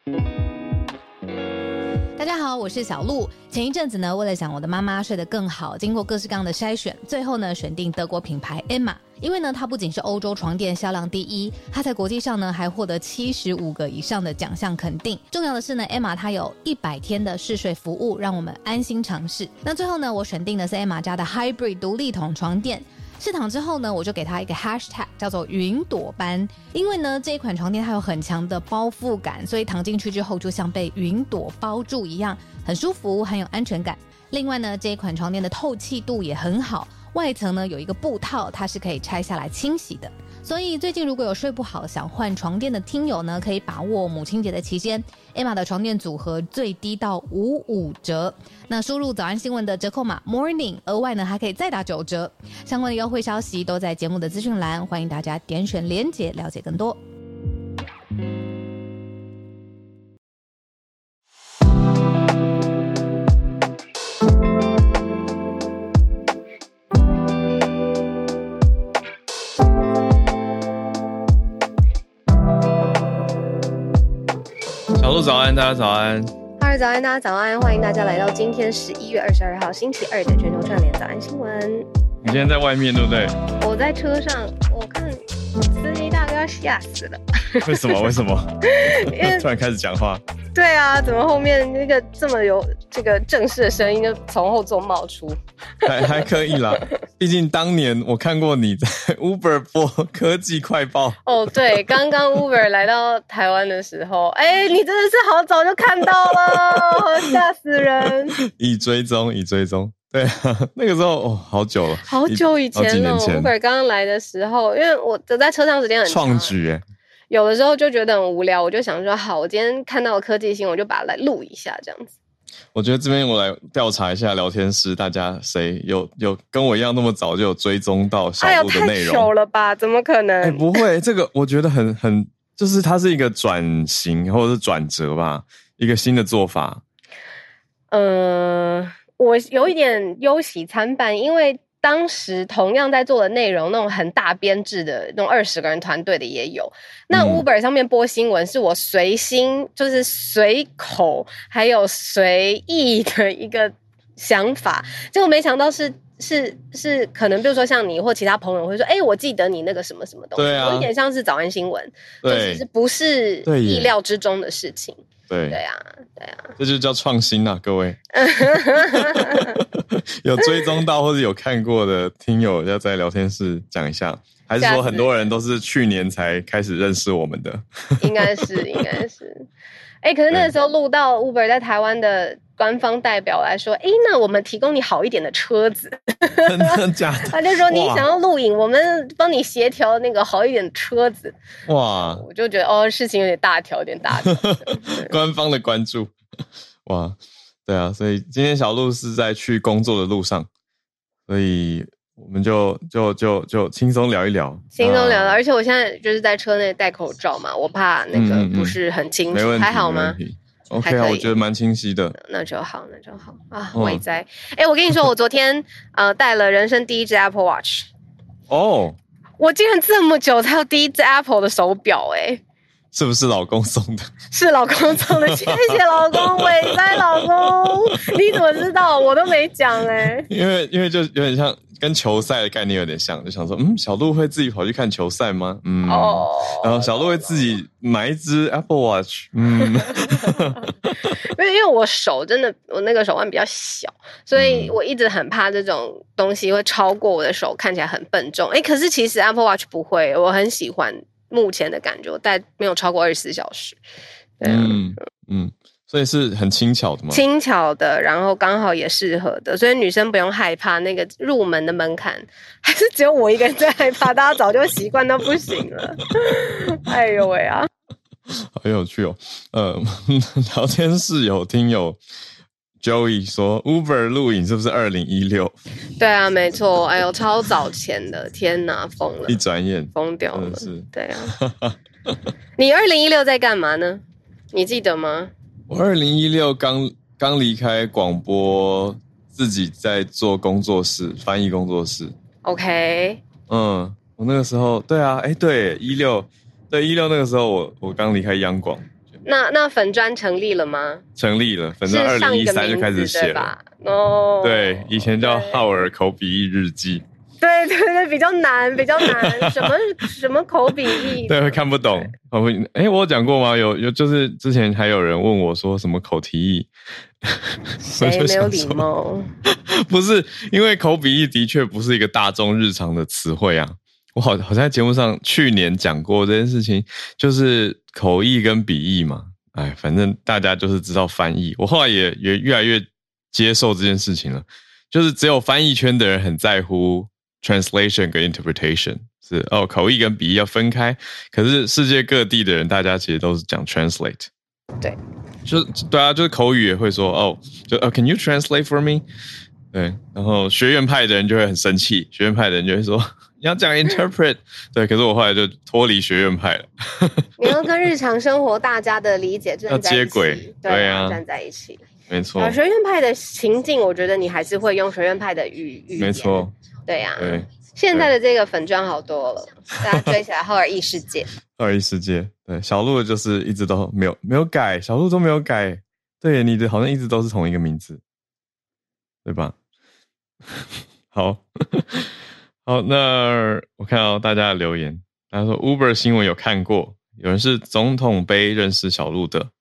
大家好，我是小鹿。前一阵子呢，为了想我的妈妈睡得更好，经过各式各样的筛选，最后呢选定德国品牌 Emma。因为呢，它不仅是欧洲床垫销量第一，它在国际上呢还获得75个以上的奖项肯定。重要的是呢 ，Emma 它有100天的试睡服务，让我们安心尝试。那最后呢，我选定的是 Emma 家的 Hybrid 独立筒床垫。试躺之后呢，我就给它一个 hashtag 叫做云朵般，因为呢这一款床垫它有很强的包覆感，所以躺进去之后就像被云朵包住一样，很舒服，很有安全感。另外呢，这一款床垫的透气度也很好，外层呢有一个布套，它是可以拆下来清洗的。所以最近如果有睡不好想换床垫的听友呢，可以把握母亲节的期间 Emma 的床垫组合最低到55折，那输入早安新闻的折扣码 morning， 额外呢还可以再打9折。相关的优惠消息都在节目的资讯栏，欢迎大家点选连结了解更多。 小鹿早安，大家早安。 哈喽，早安，大家早安，欢迎大家来到今天11月22号星期二的全球串联早安新闻。 你今天在外面对不对？ 我在车上，我看司机大哥要吓死了。 为什么？为什么？ 因为突然开始讲话。 对啊，怎么后面那个这么有这个正式的声音就从后座冒出？ 还可以啦，毕竟当年我看过你在 Uber 播科技快报。 哦，对，刚刚 Uber 来到台湾的时候，你真的是好早就看到了，吓死人！ 已追踪。对啊，那个时候好久了， 好久以前了。 好几年前 Uber 刚刚来的时候，因为我在车上时间很长， 创举耶。 有的时候就觉得很无聊，我就想说，好，我今天看到科技新闻，我就把它来录一下，这样子。 我觉得这边我来调查一下聊天室，大家谁有跟我一样那么早就有追踪到小鹿的内容？ 太糗了吧？怎么可能？ 不会，这个我觉得很，就是它是一个转型或者是转折吧，一个新的做法。 我有一点忧喜参半，因为当时同样在做的内容，那种很大编制的那种20个人团队的也有。那 Uber 上面播新闻是我随心，就是随口还有随意的一个想法，结果没想到是可能比如说像你或其他朋友会说，我记得你那个什么什么东西， 对啊， 有一点像是早安新闻，就是不是意料之中的事情。对啊， 这就叫创新啊，各位。有追踪到或者有看过的听友要在聊天室讲一下，还是说很多人都是去年才开始认识我们的？ 应该是。可是那个时候录到 Uber 在台湾的官方代表来说，那我们提供你好一点的车子。 真的假的？ 他就说你想要录影，我们帮你协调那个好一点的车子。哇！我就觉得事情有点大条， 官方的关注。哇，对啊，所以今天小鹿是在去工作的路上，所以我们就轻松聊一聊， 而且我现在就是在车内戴口罩嘛，我怕那个不是很清楚，还好吗 ？OK 啊，我觉得蛮清晰的。 那就好啊，伟哉。我跟你说，我昨天带了人生第一只 Apple Watch。哦，我竟然这么久才有第一只 Apple 的手表是不是老公送的？ 是老公送的，谢谢老公，伟哉老公，你怎么知道？我都没讲因为就有点像跟球赛的概念有点像，就想说，小鹿会自己跑去看球赛吗？然后小鹿会自己买一只 Apple Watch，因为我手真的，我那个手腕比较小，所以我一直很怕这种东西会超过我的手，看起来很笨重。可是其实 Apple Watch 不会，我很喜欢目前的感觉，我戴没有超过24小时。 所以是很轻巧的吗？ 轻巧的，然后刚好也适合的，所以女生不用害怕那个入门的门槛，还是只有我一个人在害怕，大家早就习惯到不行了。哎呦喂啊！ 很有趣哦。聊天室有听友 Joey 说 Uber 录影是不是2016？ 对啊，没错。超早前的，天哪，疯了！ 一转眼疯掉了。是，对啊。你2016在干嘛呢？你记得吗？ 我2016刚离开广播，自己在做工作室，翻译工作室。 OK。 我那个时候，对啊，对，16那个时候我刚离开央广。 那粉专成立了吗？ 成立了，粉专2013就开始写了。 哦， 对，以前叫浩尔口笔译日记。 对对对，比较难，什么口笔译？ 对，会看不懂。我有讲过吗？有，就是之前还有人问我说什么口蹄译， 谁没有礼貌？ 不是，因为口笔译的确不是一个大众日常的词汇啊。我好像在节目上去年讲过这件事情，就是口译跟笔译嘛。反正大家就是知道翻译。我后来也越来越接受这件事情了，就是只有翻译圈的人很在乎 translation 跟 interpretation， 是口译跟笔译要分开。可是世界各地的人，大家其实都是讲 translate。 对， 对啊，就是口语也会说can you translate for me？ 对，然后学院派的人就会很生气，学院派的人就会说你要讲 interpret。 对，可是我后来就脱离学院派了。 你要跟日常生活大家的理解站在一起， 要接轨，对啊， 站在一起， 没错。 学院派的情境，我觉得你还是会用学院派的语言， 没错， 对啊。 对， 现在的这个粉专好多了，大家追起来浩尔异世界。 浩尔异世界，对，小鹿就是一直都没有改，小鹿都没有改。对，你的好像一直都是同一个名字，对吧？好。好，那我看到大家的留言，大家说 Uber 新闻有看过，有人是总统杯认识小鹿的。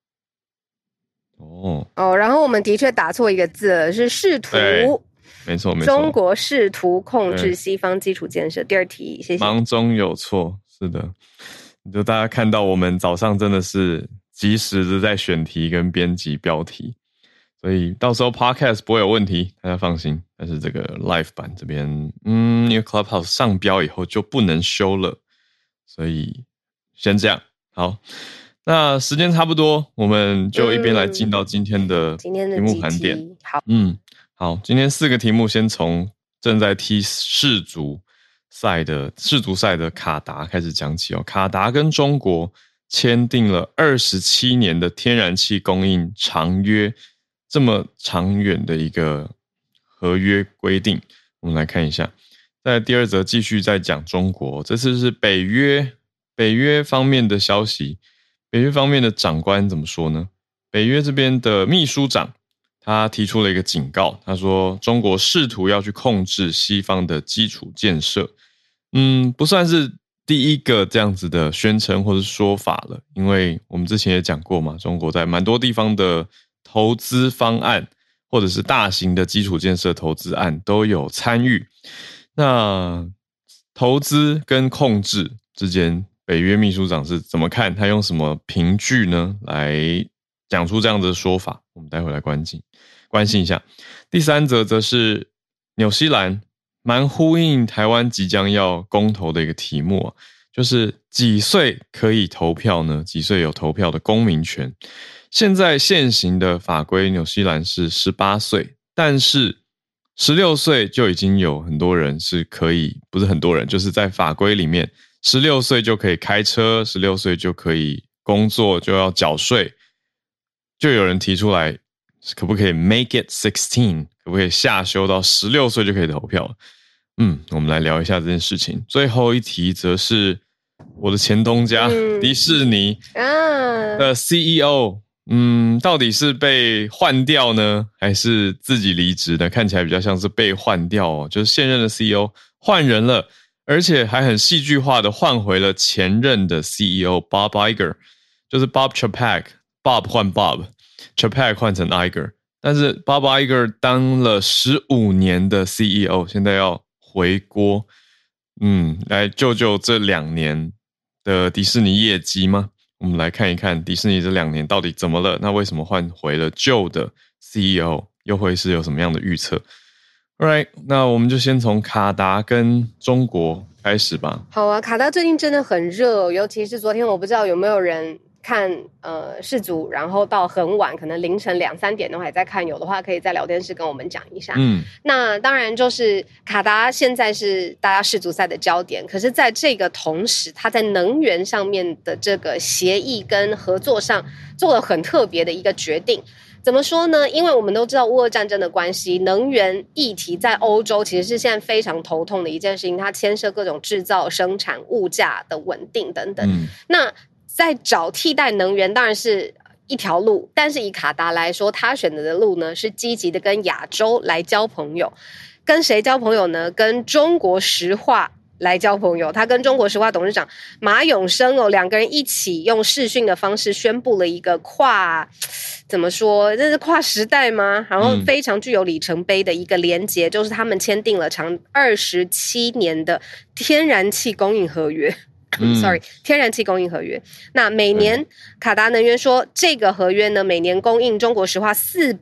然后我们的确打错一个字，是试图。 没错， 中国试图控制西方基础建设。第二题，谢谢。 忙中有错，是的。就大家看到我们早上真的是及时的在选题跟编辑标题，所以到时候 podcast 不会有问题，大家放心。但是这个 live 版这边，因为 Clubhouse 上标以后就不能修了，所以先这样。好，那时间差不多，我们就一边来进到今天的题目盘点。好，今天4个题目，先从正在踢世足赛的卡达开始讲起哦。卡达跟中国签订了27年的天然气供应长约，这么长远的一个合约规定，我们来看一下。在第二则继续在讲中国，这次是北约方面的消息。北约方面的长官怎么说呢？北约这边的秘书长他提出了一个警告，他说中国试图要去控制西方的基础建设。不算是第一个这样子的宣称或是说法了，因为我们之前也讲过嘛，中国在蛮多地方的投资方案或者是大型的基础建设投资案都有参与。那投资跟控制之间，北约秘书长是怎么看？他用什么凭据呢来讲出这样的说法？我们待会来关心一下。第三则则是纽西兰，蛮呼应台湾即将要公投的一个题目，就是几岁可以投票呢？几岁有投票的公民权？现在现行的法规，纽西兰是18岁，但是16岁就已经有很多人是可以，不是很多人，就是在法规里面16岁就可以开车，16岁就可以工作，就要缴税。就有人提出来，可不可以 make it 16， 可不可以下修到16岁就可以投票？我们来聊一下这件事情。最后一题则是我的前东家，迪士尼的 CEO，到底是被换掉呢，还是自己离职呢？看起来比较像是被换掉哦，就是现任的 CEO 换人了，而且还很戏剧化的换回了前任的 CEO Bob Iger， 就是 Bob Chapek。Bob 换 Bob，Chapek 换成 Iger， 但是 Bob Iger 当了15年的 CEO， 现在要回锅，来救救这2年的迪士尼业绩吗？我们来看一看迪士尼这2年到底怎么了，那为什么换回了旧的 CEO， 又会是有什么样的预测？ Alright， 那我们就先从卡达跟中国开始吧。 好啊，卡达最近真的很热，尤其是昨天，我不知道有没有人看世足，然后到很晚，可能凌晨2、3点都还在看，有的话可以在聊天室跟我们讲一下。那当然就是卡达现在是大家世足赛的焦点，可是在这个同时，它在能源上面的这个协议跟合作上做了很特别的一个决定。怎么说呢？因为我们都知道乌俄战争的关系，能源议题在欧洲其实是现在非常头痛的一件事情，它牵涉各种制造、生产、物价的稳定等等。那在找替代能源当然是一条路，但是以卡达来说，他选择的路呢是积极的跟亚洲来交朋友。跟谁交朋友呢？跟中国石化来交朋友。他跟中国石化董事长马永生两个人一起用视讯的方式宣布了一个怎么说，这是跨时代吗？然后非常具有里程碑的一个连结，就是他们签订了长27年的天然气供应合约。天然气供应合约。那每年卡达能源说，这个合约呢，每年供应中国石化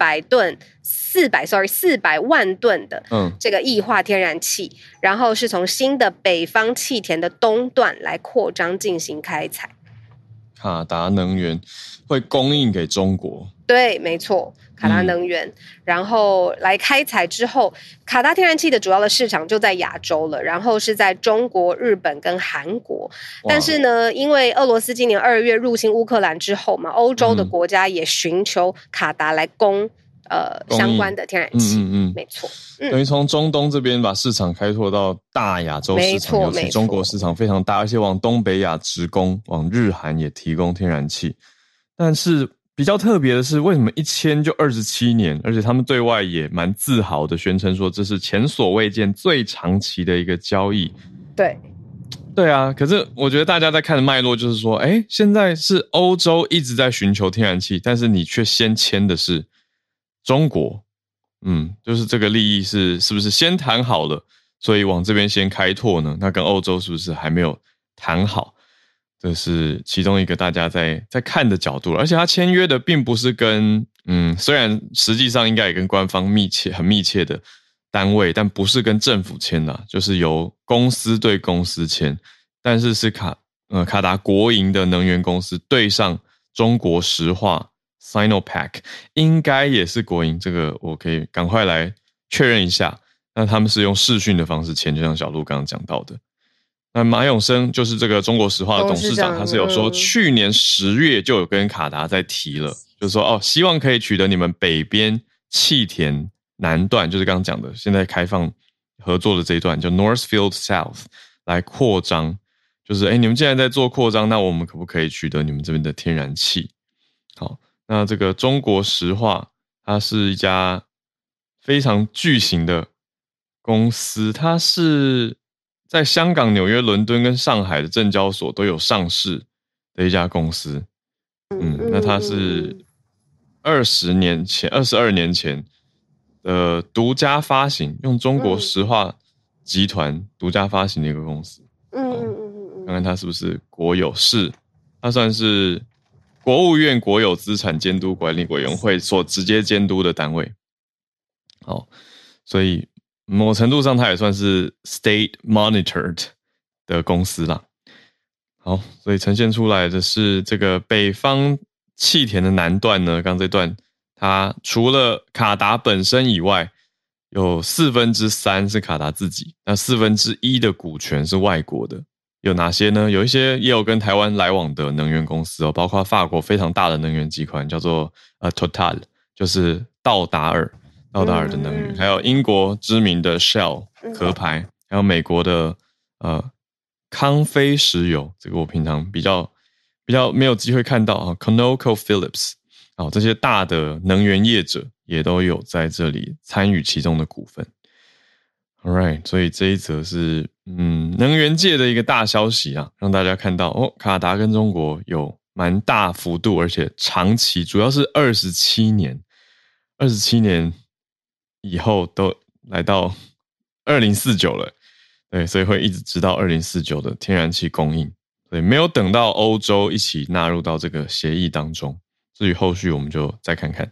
400万吨的这个液化天然气，然后是从新的北方气田的东段来扩张进行开采。 卡达能源会供应给中国， 对，没错，卡达能源，然后来开采之后，卡达天然气的主要的市场就在亚洲了，然后是在中国、日本跟韩国。但是呢，因为俄罗斯今年2月入侵乌克兰之后嘛，欧洲的国家也寻求卡达来供相关的天然气，没错， 等于从中东这边把市场开拓到大亚洲市场，尤其中国市场非常大，而且往东北亚直供，往日韩也提供天然气。但是比较特别的是，为什么一签就27年，而且他们对外也蛮自豪的宣称说这是前所未见最长期的一个交易。对啊，可是我觉得大家在看的脉络就是说，现在是欧洲一直在寻求天然气，但是你却先签的是中国，就是这个利益是不是先谈好了，所以往这边先开拓呢？那跟欧洲是不是还没有谈好？这是其中一个大家在看的角度，而且他签约的并不是跟虽然实际上应该也跟官方很密切的单位，但不是跟政府签的，就是由公司对公司签，但是卡达国营的能源公司对上中国石化 Sinopec， 应该也是国营，这个我可以赶快来确认一下。那他们是用视讯的方式签，就像小鹿刚刚讲到的。那马永生就是这个中国石化的董事长，他是有说去年10月就有跟卡达在提了，就是说希望可以取得你们北边气田南段，就是刚刚讲的现在开放合作的这一段，就 Northfield South 来扩张，就是你们既然在做扩张，那我们可不可以取得你们这边的天然气？好，那这个中国石化它是一家非常巨型的公司，它是在香港、纽约、伦敦跟上海的证交所都有上市的一家公司。那它是22年前的独家发行，用中国石化集团独家发行的一个公司。看看它是不是国有，是它算是国务院国有资产监督管理委员会所直接监督的单位。好，所以某程度上它也算是 state monitored 的公司啦。好，所以呈现出来的是这个北方气田的南段呢，刚这段它除了卡达本身以外，有3/4是卡达自己，那1/4的股权是外国的。有哪些呢？有一些也有跟台湾来往的能源公司包括法国非常大的能源集团叫做Total， 就是道达尔的能源，还有英国知名的 Shell 壳牌，还有美国的康菲石油，这个我平常比较没有机会看到ConocoPhillips 这些大的能源业者也都有在这里参与其中的股份。Alright， 所以这一则是能源界的一个大消息啊，让大家看到卡达跟中国有蛮大幅度而且长期，主要是27年以后都来到2049了，对，所以会一直直到2049的天然气供应，所以没有等到欧洲一起纳入到这个协议当中，至于后续我们就再看看。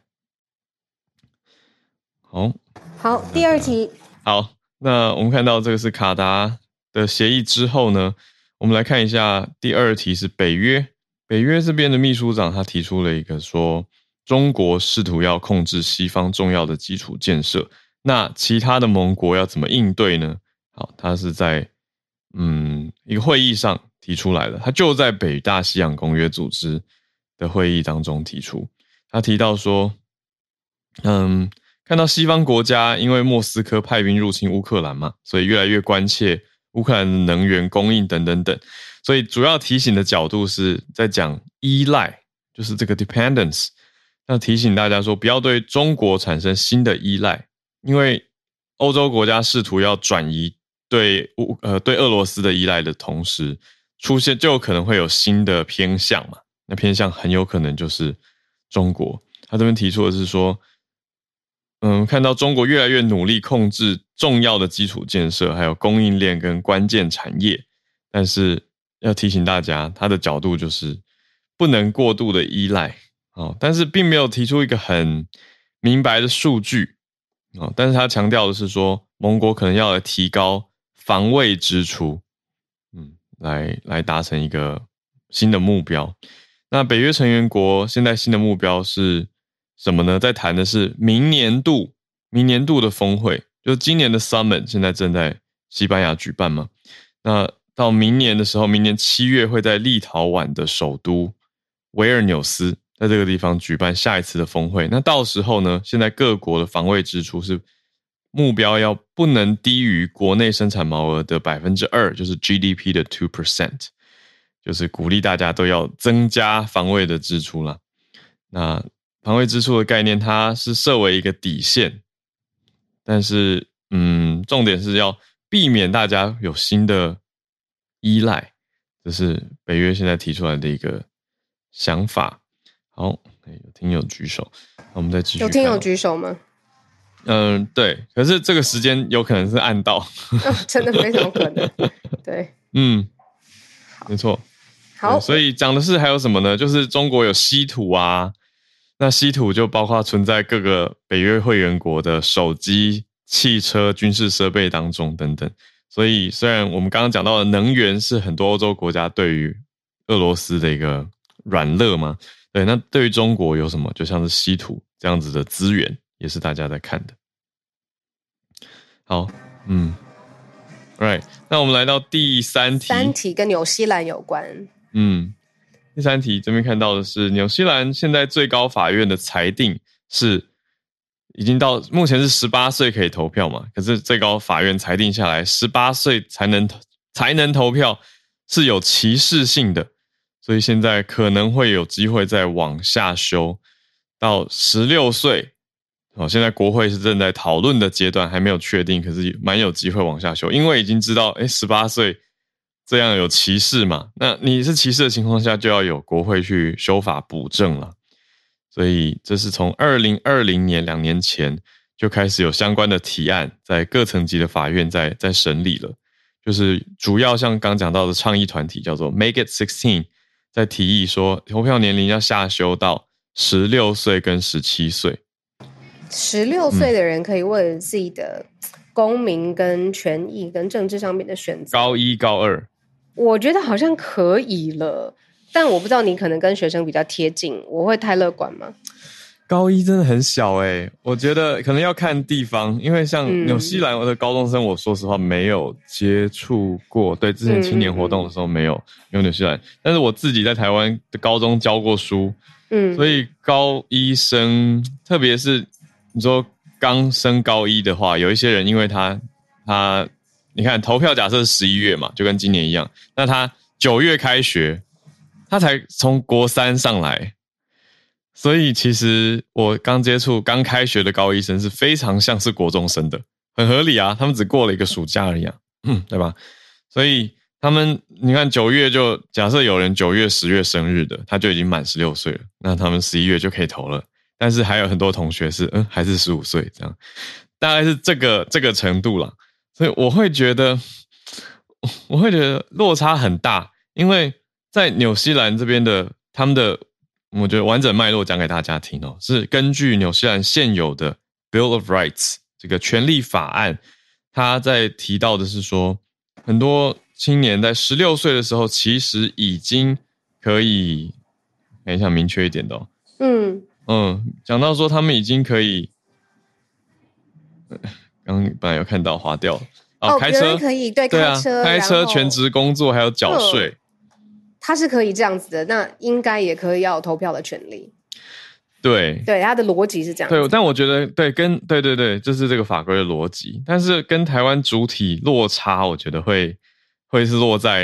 好， 第二题。 好，那我们看到这个是卡达的协议之后呢，我们来看一下第二题是北约这边的秘书长他提出了一个说，中国试图要控制西方重要的基础建设，那其他的盟国要怎么应对呢？好，他是在一个会议上提出来的，他就在北大西洋公约组织的会议当中提出，他提到说看到西方国家因为莫斯科派兵入侵乌克兰嘛，所以越来越关切乌克兰的能源供应等等等， 所以主要提醒的角度是在讲依赖，就是这个 dependence。那提醒大家说，不要对中国产生新的依赖，因为欧洲国家试图要转移对俄罗斯的依赖的同时，就有可能会有新的偏向嘛。那偏向很有可能就是中国。他这边提出的是说，看到中国越来越努力控制重要的基础建设，还有供应链跟关键产业，但是要提醒大家，他的角度就是不能过度的依赖。但是并没有提出一个很明白的数据。但是他强调的是说，盟国可能要来提高防卫支出，来达成一个新的目标。那北约成员国现在新的目标是什么呢？在谈的是明年度的峰会，就是今年的 Summit 现在正在西班牙举办嘛。那到明年的时候，明年7月会在立陶宛的首都维尔纽斯，在这个地方举办下一次的峰会。那到时候呢，现在各国的防卫支出是目标要不能低于国内生产毛额的 2%， 就是 GDP 的 2%， 就是鼓励大家都要增加防卫的支出啦。那防卫支出的概念它是设为一个底线，但是重点是要避免大家有新的依赖，这是北约现在提出来的一个想法。好，有听友举手，那我们再继续看。 有听友举手吗？ 对，可是这个时间有可能是按到， 真的非常可能。对， 没错。 好， 所以讲的是还有什么呢？就是中国有稀土啊，那稀土就包括存在各个北约会员国的手机、汽车、军事设备当中等等。所以虽然我们刚刚讲到的能源是很多欧洲国家对于俄罗斯的一个软肋嘛，对，那对于中国有什么？就像是稀土这样子的资源，也是大家在看的。好，right， 那我们来到第3题。 3题跟纽西兰有关。 第3题这边看到的是纽西兰现在最高法院的裁定是已经到目前是18岁可以投票嘛，可是最高法院裁定下来18岁才能投票是有歧视性的，所以现在可能会有机会再往下修到16岁。现在国会是正在讨论的阶段，还没有确定，可是蛮有机会往下修，因为已经知道18岁这样有歧视嘛，那你是歧视的情况下就要有国会去修法补正了。所以这是从2020年2年前就开始有相关的提案在各层级的法院在审理了，就是主要像刚讲到的倡议团体叫做 Make It 16， 在提议说投票年龄要下修到16岁跟17岁。 16岁的人可以为了自己的公民跟权益跟政治上面的选择， 高1高2 我觉得好像可以了，但我不知道你可能跟学生比较贴近，我会太乐观吗？ 高1真的很小我觉得可能要看地方，因为像纽西兰的高中生，我说实话没有接触过，对，之前青年活动的时候没有纽西兰，但是我自己在台湾的高中教过书，所以高1生，特别是你说刚升高1的话，有一些人因为他你看投票假设是11月嘛，就跟今年一样，那他9月开学，他才从国3上来，所以其实我刚接触刚开学的高1生是非常像是国中生的，很合理啊，他们只过了一个暑假而已对吧？所以他们你看9月就假设有人9月10月生日的，他就已经满16岁了，那他们11月就可以投了，但是还有很多同学是还是15岁这样，大概是这个程度啦。所以我会觉得落差很大，因为在纽西兰这边的他们的我觉得完整脉络讲给大家听是根据纽西兰现有的 Bill of Rights 这个权利法案，他在提到的是说，很多青年在16岁的时候其实已经可以，看一下明确一点的讲到说他们已经可以，刚本来有看到滑掉了开车可以对开车全职工作还有缴税， 他是可以这样子的，那应该也可以要有投票的权利。 对， 他的逻辑是这样子。 对，但我觉得对，这是这个法规的逻辑，但是跟台湾主体落差，我觉得会是落在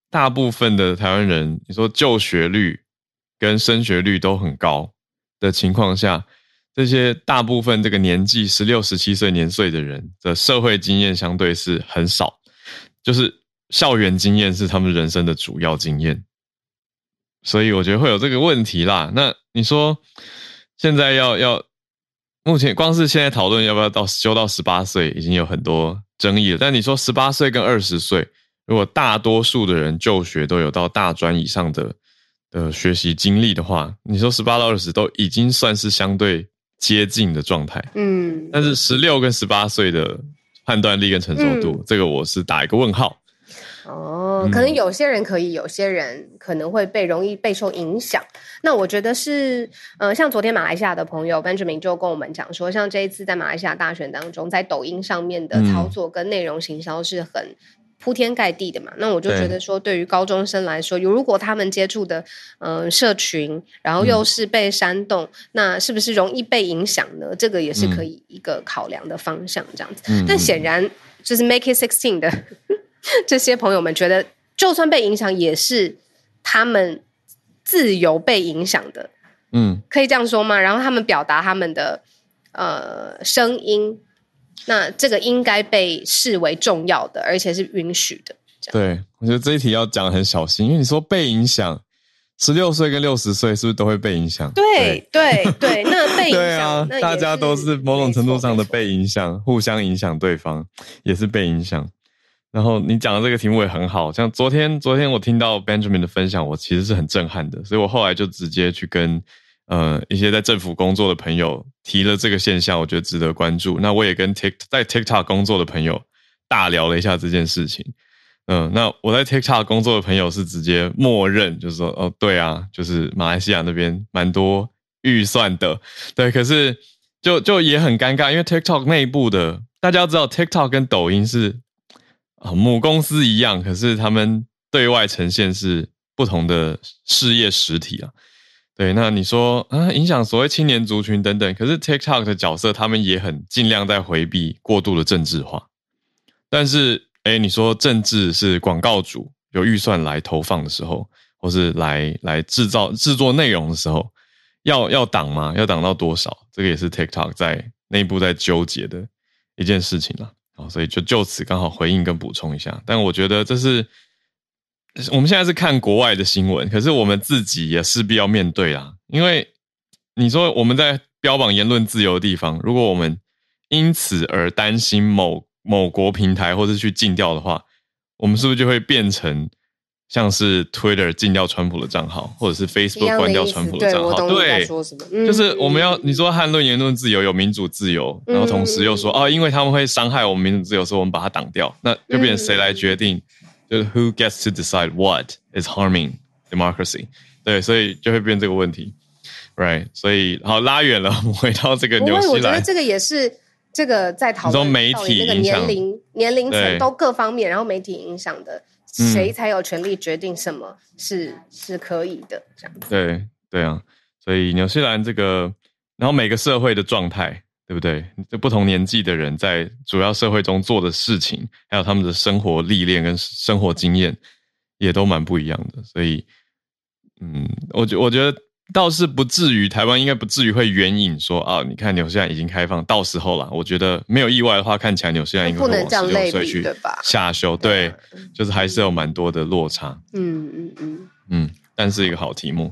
大部分的台湾人，你说就学率跟升学率都很高的情况下，这些大部分这个年纪16、17岁年岁的人的社会经验相对是很少，就是校园经验是他们人生的主要经验，所以我觉得会有这个问题啦。那你说现在要目前光是现在讨论要不要修到18岁已经有很多争议了，但你说18岁跟20岁，如果大多数的人就学都有到大专以上的学习经历的话，你说18到20都已经算是相对接近的状态。但是16跟18岁的判断力跟成熟度，这个我是打一个问号。 可能有些人可以，有些人可能会容易备受影响。那我觉得是，像昨天马来西亚的朋友 Benjamin 就跟我们讲说，像这一次在马来西亚大选当中，在抖音上面的操作跟内容行销是很铺天盖地的嘛。那我就觉得说，对于高中生来说，如果他们接触的社群，然后又是被煽动，那是不是容易被影响呢？这个也是可以一个考量的方向，这样子。但显然就是 Make It 16的这些朋友们觉得，就算被影响，也是他们自由被影响的，可以这样说吗？然后他们表达他们的声音，那这个应该被视为重要的，而且是允许的。 对，我觉得这一题要讲得很小心，因为你说被影响，16岁跟60岁是不是都会被影响？ 对，那被影响， 对啊，大家都是某种程度上的被影响，互相影响对方，也是被影响。然后你讲的这个题目也很好，像昨天我听到 Benjamin 的分享，我其实是很震撼的，所以我后来就直接去跟一些在政府工作的朋友提了这个现象，我觉得值得关注。那我也跟在 TikTok 工作的朋友大聊了一下这件事情。那我在 TikTok 工作的朋友是直接默认，就是说对啊，就是马来西亚那边蛮多预算的，对，可是就也很尴尬，因为 TikTok 内部的大家要知道 TikTok 跟抖音是母公司一样，可是他们对外呈现是不同的事业实体啊。对，那你说影响所谓青年族群等等，可是 TikTok 的角色他们也很尽量在回避过度的政治化。但是你说政治是广告主有预算来投放的时候，或是来制作内容的时候，要挡吗？要挡到多少？这个也是 TikTok 在内部在纠结的一件事情啦。所以就此刚好回应跟补充一下。但我觉得这是我们现在是看国外的新闻，可是我们自己也势必要面对啦。因为你说我们在标榜言论自由的地方，如果我们因此而担心某国平台或是去禁掉的话，我们是不是就会变成像是 Twitter 禁掉川普的账号，或者是 Facebook 关掉川普的账号？ 对，我懂你在说什么。 就是我们你说hand论言论自由，有民主自由，然后同时又说因为他们会伤害我们民主自由，所以我们把它挡掉，那就变成谁来决定？就是 who gets to decide what is harming democracy？ 对，所以就会变这个问题 ，right？ 所以好拉远了，我们回到这个纽西兰。 我觉得这个也是这个在讨论媒体那个年龄层都各方面，然后媒体影响的。谁才有权利决定什么是可以的这样子。 对啊，所以纽西兰这个，然后每个社会的状态，对不对？就不同年纪的人在主要社会中做的事情，还有他们的生活历练跟生活经验，也都蛮不一样的。所以，我觉得倒是不至于，台湾应该不至于会援引说你看纽西兰已经开放，到时候啦，我觉得没有意外的话，看起来纽西兰应该会往19岁去下修，对，就是还是有蛮多的落差。但是一个好题目。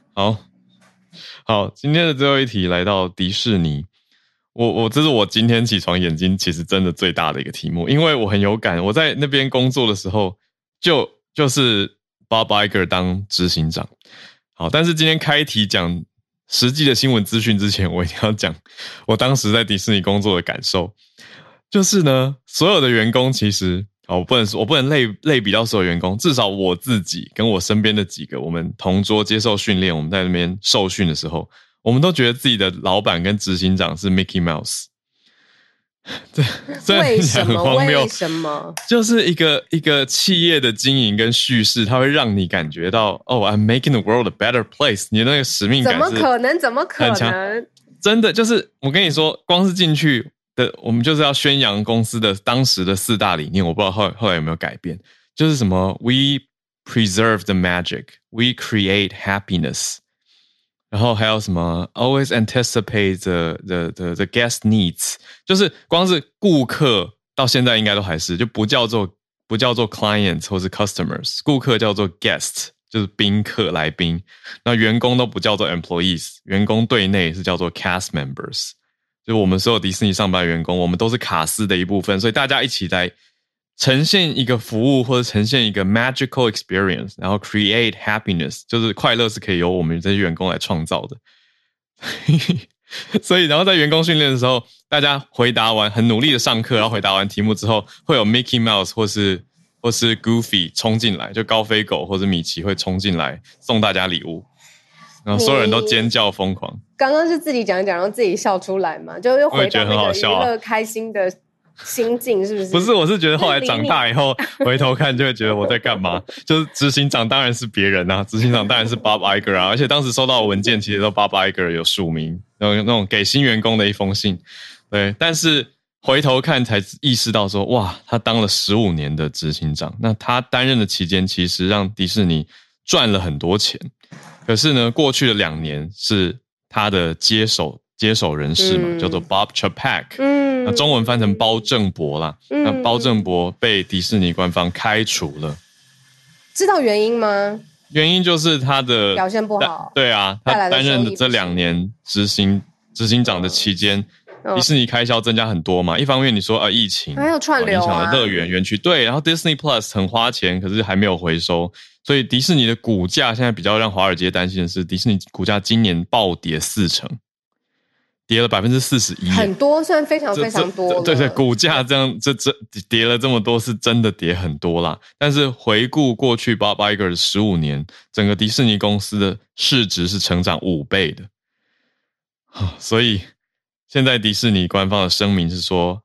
好，今天的最后一题来到迪士尼。这是我今天起床眼睛其实真的最大的一个题目，因为我很有感，我在那边工作的时候就是 Bob Iger 当执行长。好，但是今天开题讲实际的新闻资讯之前，我一定要讲我当时在迪士尼工作的感受。就是呢，所有的员工其实我不能类比到所有员工，至少我自己跟我身边的几个，我们同桌接受训练，我们在那边受训的时候，我们都觉得自己的老板跟执行长是 Mickey Mouse。 为什么？ 就是一个企业的经营跟叙事，它会让你感觉到I'm making the world a better place。你的那个使命感是怎么可能？ 真的就是我跟你说，光是进去的，我们就是要宣扬公司的当时的4大理念，我不知道后来有没有改变，就是什么 We preserve the magic. We create happiness. 然后还有什么 always anticipate the guest needs. 就是光是顾客到现在应该都还是就不叫做 clients 或是 customers. 顾客叫做 guest. 就是宾客来宾，那员工都不叫做 employees， 员工对内是叫做 cast members， 就是我们所有迪士尼上班的员工，我们都是卡司的一部分，所以大家一起来呈现一个服务或者呈现一个 magical experience， 然后 create happiness， 就是快乐是可以由我们这些员工来创造的。所以然后在员工训练的时候，大家回答完很努力的上课，然后回答完题目之后，会有 Mickey Mouse 或是 Goofy 冲进来，就高飞狗或者米奇会冲进来送大家礼物，然后所有人都尖叫疯狂。 刚刚是自己讲一讲，然后自己笑出来嘛，就又回到那个娱乐开心的心境，是不是？ 不是，我是觉得后来长大以后回头看就会觉得我在干嘛。就是执行长当然是别人啊，执行长当然是 Bob Iger 啊，而且当时收到的文件其实都 Bob Iger 有署名，那种给新员工的一封信。对，但是回头看才意识到说，哇，他当了15年的执行长，那他担任的期间其实让迪士尼赚了很多钱。可是呢，过去的2年是他的接手人士嘛，叫做 Bob Chapek， 那中文翻成包正博啦。那包正博被迪士尼官方开除了， 知道原因吗？ 原因就是他的表现不好。 对啊，他担任的这2年执行长的期间。迪士尼开销增加很多嘛，一方面你说疫情还有串流影响了乐园园区，对，然后 Disney Plus 很花钱，可是还没有回收，所以迪士尼的股价现在比较让华尔街担心的是，迪士尼股价今年暴跌40%，跌了41%， 很多，算非常非常多了。 对，股价这样这跌了这么多，是真的跌很多啦。但是回顾过去 Bob Iger 的15年，整个迪士尼公司的市值是成长5倍的，所以。现在迪士尼官方的声明是说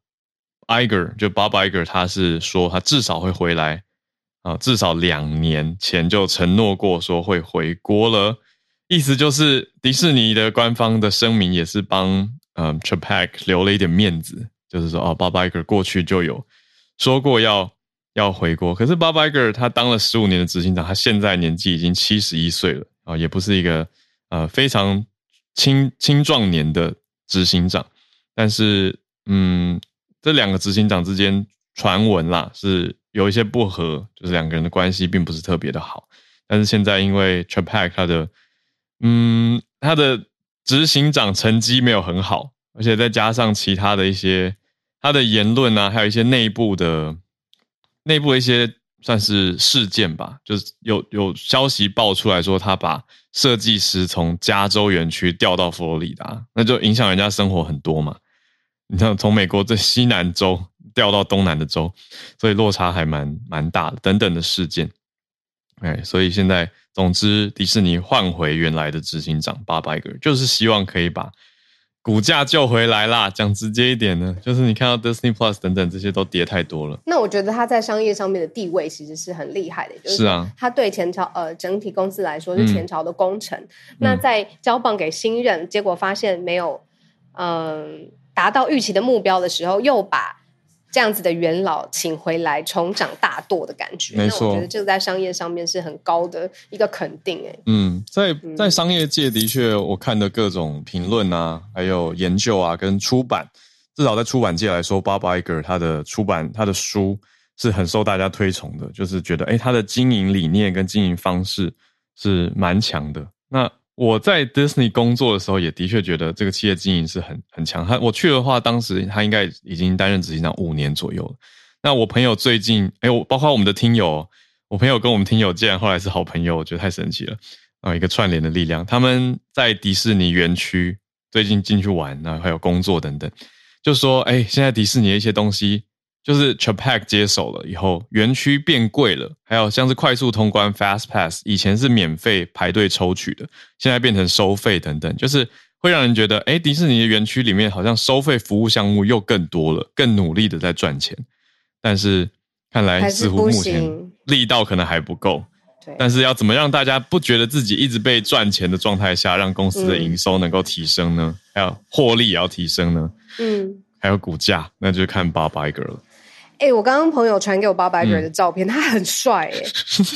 Iger 就 Bob Iger 他是说他至少会回来至少2年前就承诺过说会回国了，意思就是迪士尼的官方的声明也是帮Chapek 留了一点面子，就是说Bob Iger 过去就有说过要回国，可是 Bob Iger 他当了15年的执行长，他现在年纪已经71岁了也不是一个非常青壮年的执行长，但是这2个执行长之间传闻啦是有一些不合，就是2个人的关系并不是特别的好。但是现在因为 Chapek 他的执行长成绩没有很好，而且再加上其他的一些他的言论啊，还有一些内部的一些算是事件吧，就是有消息爆出来说他把设计师从加州园区调到佛罗里达，那就影响人家生活很多嘛。你看从美国这西南州调到东南的州，所以落差还蛮大的等等的事件。所以现在总之迪士尼换回原来的执行长Bob Iger，就是希望可以把股价救回来啦，讲直接一点呢，就是你看到 Disney Plus 等等这些都跌太多了。 那我觉得他在商业上面的地位其实是很厉害的，就是他对前朝整体公司来说是前朝的功臣。那在交棒给新任，结果发现没有达到预期的目标的时候，又把这样子的元老请回来重掌大舵的感觉。 没错， 那我觉得这个在商业上面是很高的一个肯定。 在商业界的确我看的各种评论啊，还有研究啊跟出版，至少在出版界来说 Bob Iger 他的出版他的书是很受大家推崇的，就是觉得他的经营理念跟经营方式是蛮强的。那我在 Disney 工作的时候也的确觉得这个企业经营是很强。我去的话，当时他应该已经担任执行长5年左右了。那我朋友最近包括我们的听友，我朋友跟我们听友竟然后来是好朋友，我觉得太神奇了一个串联的力量。他们在迪士尼园区最近进去玩还有工作等等，就说现在迪士尼的一些东西就是 Chapek 接手了以后，园区变贵了，还有像是快速通关 Fast Pass， 以前是免费排队抽取的，现在变成收费等等，就是会让人觉得迪士尼的园区里面好像收费服务项目又更多了，更努力的在赚钱，但是看来似乎目前力道可能还不够。但是要怎么让大家不觉得自己一直被赚钱的状态下，让公司的营收能够提升呢？还有获利也要提升呢？还有股价，那就看 Bob Iger 了。 我刚刚朋友传给我Bob Iger的照片，他很帅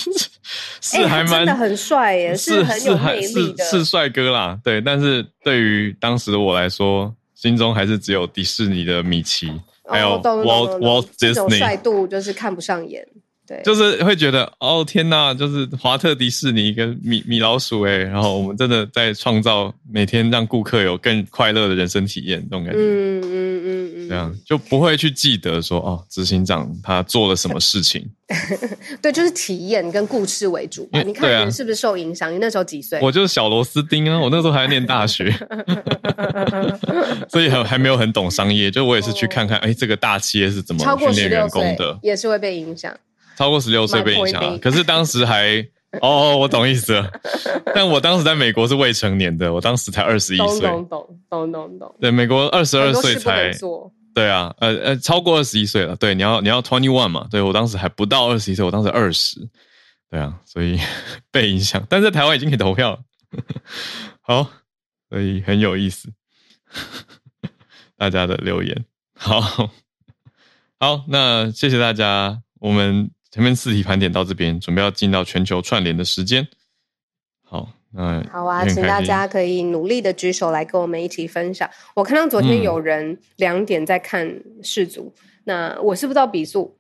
是还蛮真的很帅耶，是很有魅力的， 是帅哥啦，对。但是对于当时的我来说，心中还是只有迪士尼的米奇，还有 Walt 这种 Disney 帅度就是看不上眼。对， 就是会觉得哦天哪，就是华特迪士尼跟米老鼠然后我们真的在创造每天让顾客有更快乐的人生体验，这种感觉。这样就不会去记得说哦，执行长他做了什么事情。 对，就是体验跟故事为主吧。你看人是不是受影响？你那时候几岁？ 我就是小螺丝钉啊，我那时候还在念大学，所以还没有很懂商业。就我也是去看看，这个大企业是怎么训练员工的， 也是会被影响。 超过16岁被影响可是当时还我懂意思了。但我当时在美国是未成年的，我当时才21岁。 懂。 对，美国22岁才对啊，超过21岁了。对，你要21嘛。对，我当时还不到21岁，我当时20。对啊，所以被影响。但是在台湾已经可以投票了。好，所以很有意思。大家的留言。好，那谢谢大家。我们前面4题盘点到这边，准备要进到全球串联的时间。好啊， 请大家可以努力的举手来跟我们一起分享。我看到昨天有人2点在看世足，那我是不知道比数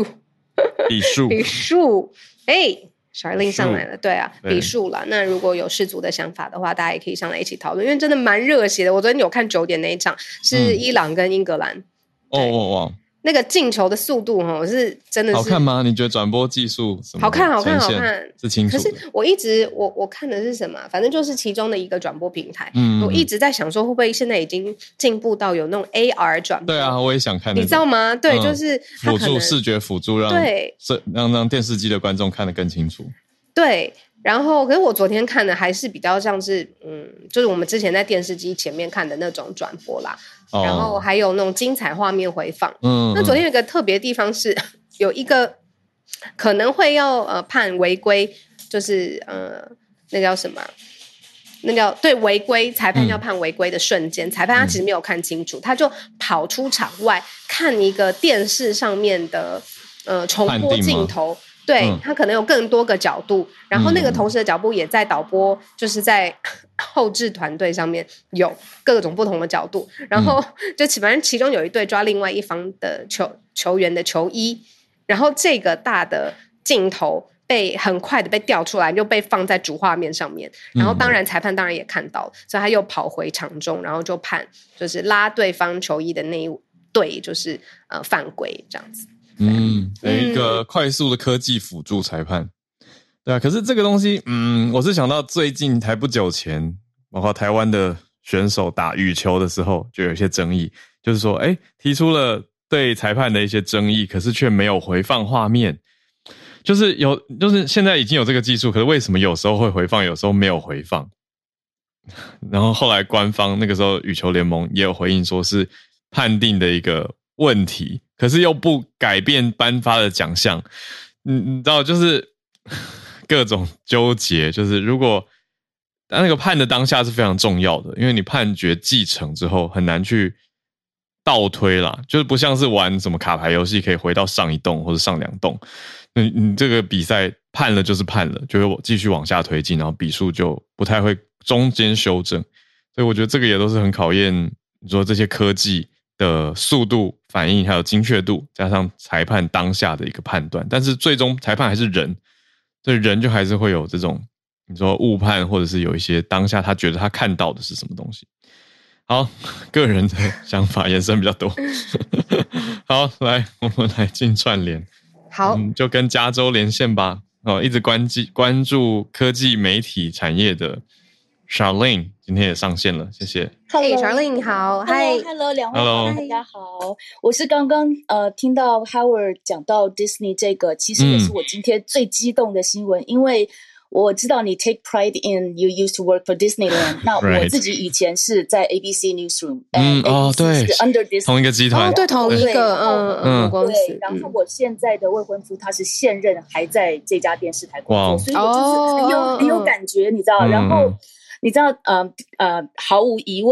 Charlene 上来了，对啊，比数啦。那如果有世足的想法的话，大家也可以上来一起讨论，因为真的蛮热血的。我昨天有看9点那一场，是伊朗跟英格兰。 哇！ 那个进球的速度我是真的是好看吗？你觉得转播技术什么好看是清楚的？ 可是我一直我看的是什么？反正就是其中的一个转播平台。我一直在想说，会不会现在已经进步到有那种 AR 转播？ 对啊，我也想看。 你知道吗？对，就是辅助视觉辅助，让电视机的观众看得更清楚。 对。然后，可是我昨天看的还是比较像是，就是我们之前在电视机前面看的那种转播啦。然后还有那种精彩画面回放。那昨天有一个特别的地方是，有一个可能会要判违规，就是那叫什么？那叫对违规，裁判要判违规的瞬间，裁判他其实没有看清楚，他就跑出场外看一个电视上面的重播镜头。对，他可能有更多个角度，然后那个同时的脚步也在导播，就是在后制团队上面有各种不同的角度，然后就反正其中有一队抓另外一方的球员的球衣，然后这个大的镜头被很快的被调出来，就被放在主画面上面，然后当然裁判当然也看到，所以他又跑回场中，然后就判就是拉对方球衣的那一队就是犯规这样子。 有一个快速的科技辅助裁判。对啊，可是这个东西我是想到最近才不久前，包括台湾的选手打羽球的时候就有一些争议，就是说提出了对裁判的一些争议，可是却没有回放画面。就是现在已经有这个技术，可是为什么有时候会回放，有时候没有回放？然后后来官方那个时候羽球联盟也有回应，说是判定的一个问题，可是又不改变颁发的奖项。你知道，就是各种纠结。就是如果那个判的当下是非常重要的，因为你判决既成之后很难去倒推啦，就是不像是玩什么卡牌游戏可以回到上一洞或者上2洞。你这个比赛判了就是判了，就会继续往下推进，然后比数就不太会中间修正。所以我觉得这个也都是很考验你说这些科技的速度反应还有精确度，加上裁判当下的一个判断。但是最终裁判还是人，所以人就还是会有这种你说误判，或者是有一些当下他觉得他看到的是什么东西。好，个人的想法延伸比较多。好，来我们来进串联。 好， 就跟加州连线吧。一直关注科技媒体产业的 Charlene 今天也上线了，谢谢。 Charlene 你好。 Hello 两位好，大家好。我是刚刚听到 Howard 讲到 Disney 这个，其实也是我今天最激动的新闻，因为我知道你 take pride in you used to work for Disneyland 那我自己以前是在 ABC Newsroom 对， 是 under Disney 同一个集团。 对，同一个公司。 对，然后我现在的未婚夫他是现任还在这家电视台工作，所以我就是很有感觉，你知道。然后你知道毫无疑问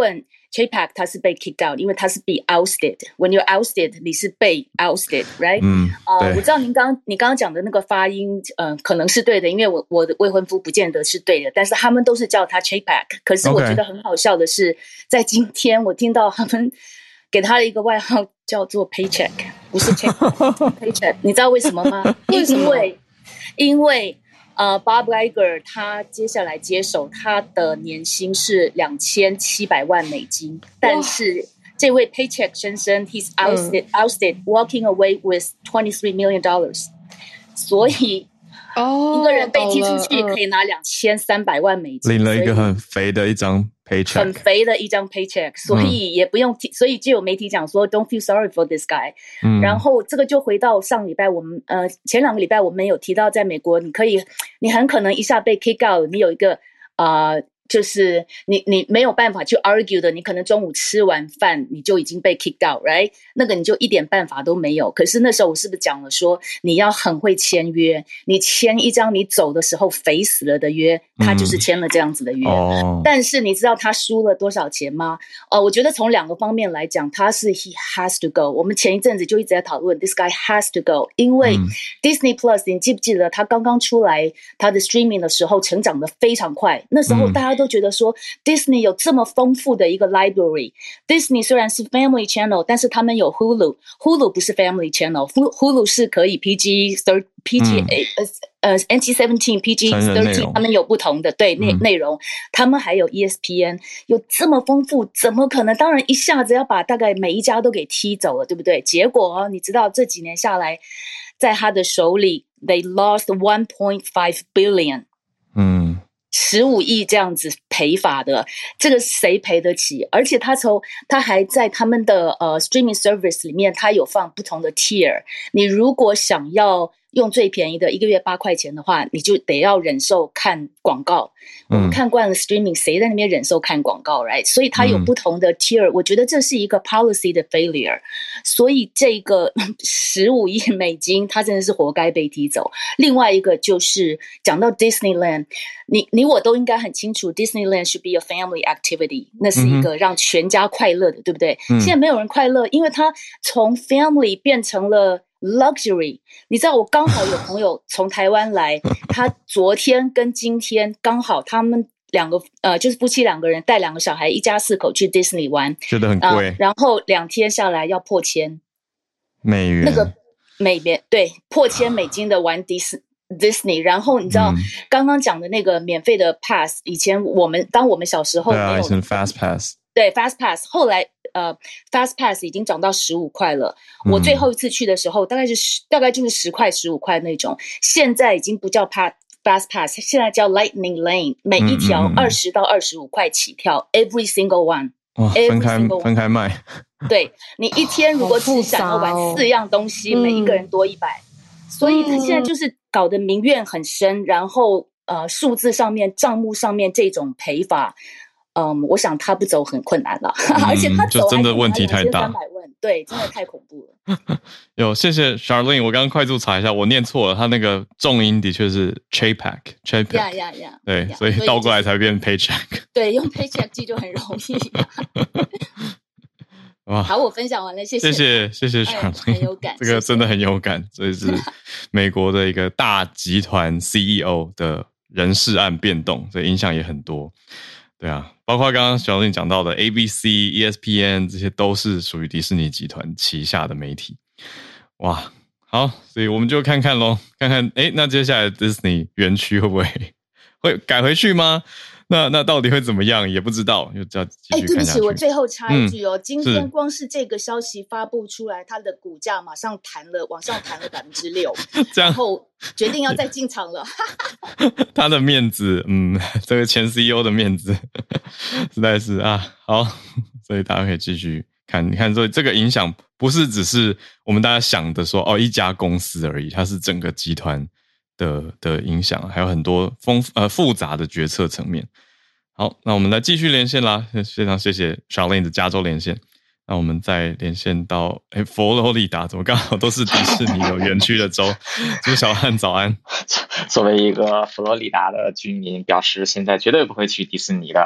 Chapek 他是被 kicked out， 因为他是被 ousted。When you're ousted， 你是被 ousted，right？ 我知道你刚刚讲的那个发音，可能是对的，因为我的未婚夫不见得是对的，但是他们都是叫他 Chapek。可是我觉得很好笑的是，在今天我听到他们给他的一个外号叫做 Paycheck， 不是 Chapek，Paycheck。你知道为什么吗？ 为什么？ 因为Bob Iger 他接下来接手，他的年薪是$2700万，但是这位 Paycheck 先生 he's ousted walking away with $23 million， 所以一个人被踢出去可以拿$2300万， 领了一个很肥的一张 paycheck， 很肥的一张 paycheck， 所以也不用所以就有媒体讲说 don't feel sorry for this guy。然后这个就回到上礼拜我们前2个礼拜我们有提到，在美国你很可能一下被 kick out， 你有一个就是你没有办法去 argue 的，你可能中午吃完饭你就已经被 kicked out， right？ 那个你就一点办法都没有。可是那时候我是不是讲了说，你要很会签约，你签一张你走的时候肥死了的约，他就是签了这样子的约。但是你知道他输了多少钱吗？我觉得从2个方面来讲，他是 he has to go。我们前一阵子就一直在讨论 this guy has to go， 因为 Disney Plus 你记不记得他刚刚出来他的 streaming 的时候成长得非常快，那时候大家都觉得说 Disney 有这么丰富的一个 library。 Disney 虽然是 Family Channel， 但是他们有 Hulu 不是 Family Channel， Hulu 是可以 NC-17 PG-13 他们有不同的内容，他们还有 ESPN， 有这么丰富，怎么可能？当然一下子要把大概每一家都给踢走了，对不对？结果你知道这几年下来，在他的手里 they lost 1.5 billion， 15亿这样子赔法的，这个谁赔得起？而且他还在他们的streaming service 里面，他有放不同的 tier。你如果想要用最便宜的1个月8块钱的话，你就得要忍受看广告。我们看惯了 streaming， 谁在那边忍受看广告 right？ 所以它有不同的 tier，我觉得这是一个 policy 的 failure。所以这个$15亿，他真的是活该被踢走。另外一个就是讲到 Disneyland， 你我都应该很清楚 Disneyland should be a family activity， 那是一个让全家快乐的，对不对？现在没有人快乐，因为他从 family 变成了luxury。 你知道我刚好有朋友从台湾来，他昨天跟今天刚好他们2个就是夫妻2个人带2个小孩，一家4口去 Disney 玩， 觉得很贵， 然后2天下来要破$1000 美元， 那个对，破$1000的玩Disney。 然后你知道刚刚讲的那个免费的 pass， 以前当我们小时候没有， 以前 fast pass， 对 fast pass， 后来fast pass 已经涨到15块了。我最后一次去的时候大概就是10块15块那种，现在已经不叫 fast pass， 现在叫 lightning lane， 每一条20到25块起跳，every single one， 分开卖。 对，你一天如果只想要玩4样东西，每一个人多100，所以他现在就是搞得民怨很深，然后数字上面账目上面这种赔法，我想他不走很困难了，而且他走就真的问题太大， 对，真的太恐怖了。 有，谢谢 Charlene， 我刚刚快速查一下，我念错了，他那个重音的确是 Chapek， 对，所以倒过来才变 paycheck， 对，用 paycheck 记就很容易。好，我分享完了，谢谢 Charlene， 很有感， 这个真的很有感，所以是美国的一个大集团 CEO 的人事案变动，所以影响也很多。对啊，包括刚刚小林讲到的 ABC、ESPN 这些都是属于迪士尼集团旗下的媒体。哇，好，所以我们就看看咯，看看那接下来 Disney 园区会改回去吗？那到底会怎么样也不知道，就要继续看下去。 对不起，我最后插一句今天光是这个消息发布出来，它的股价马上往上弹了6%，然后决定要再进场了。 他的面子，这个前 CEO 的面子实在是好，所以大家可以继续看，你看，所以这个影响不是只是我们大家想的说一家公司而已，它是整个集团的影响，还有很多复杂的决策层面。好，那我们来继续连线啦，非常谢谢 Charlene 的加州连线。那我们再连线到佛罗里达，怎么刚好都是迪士尼有园区的州？朱小汉早安。 作为一个佛罗里达的居民，表示现在绝对不会去迪士尼的。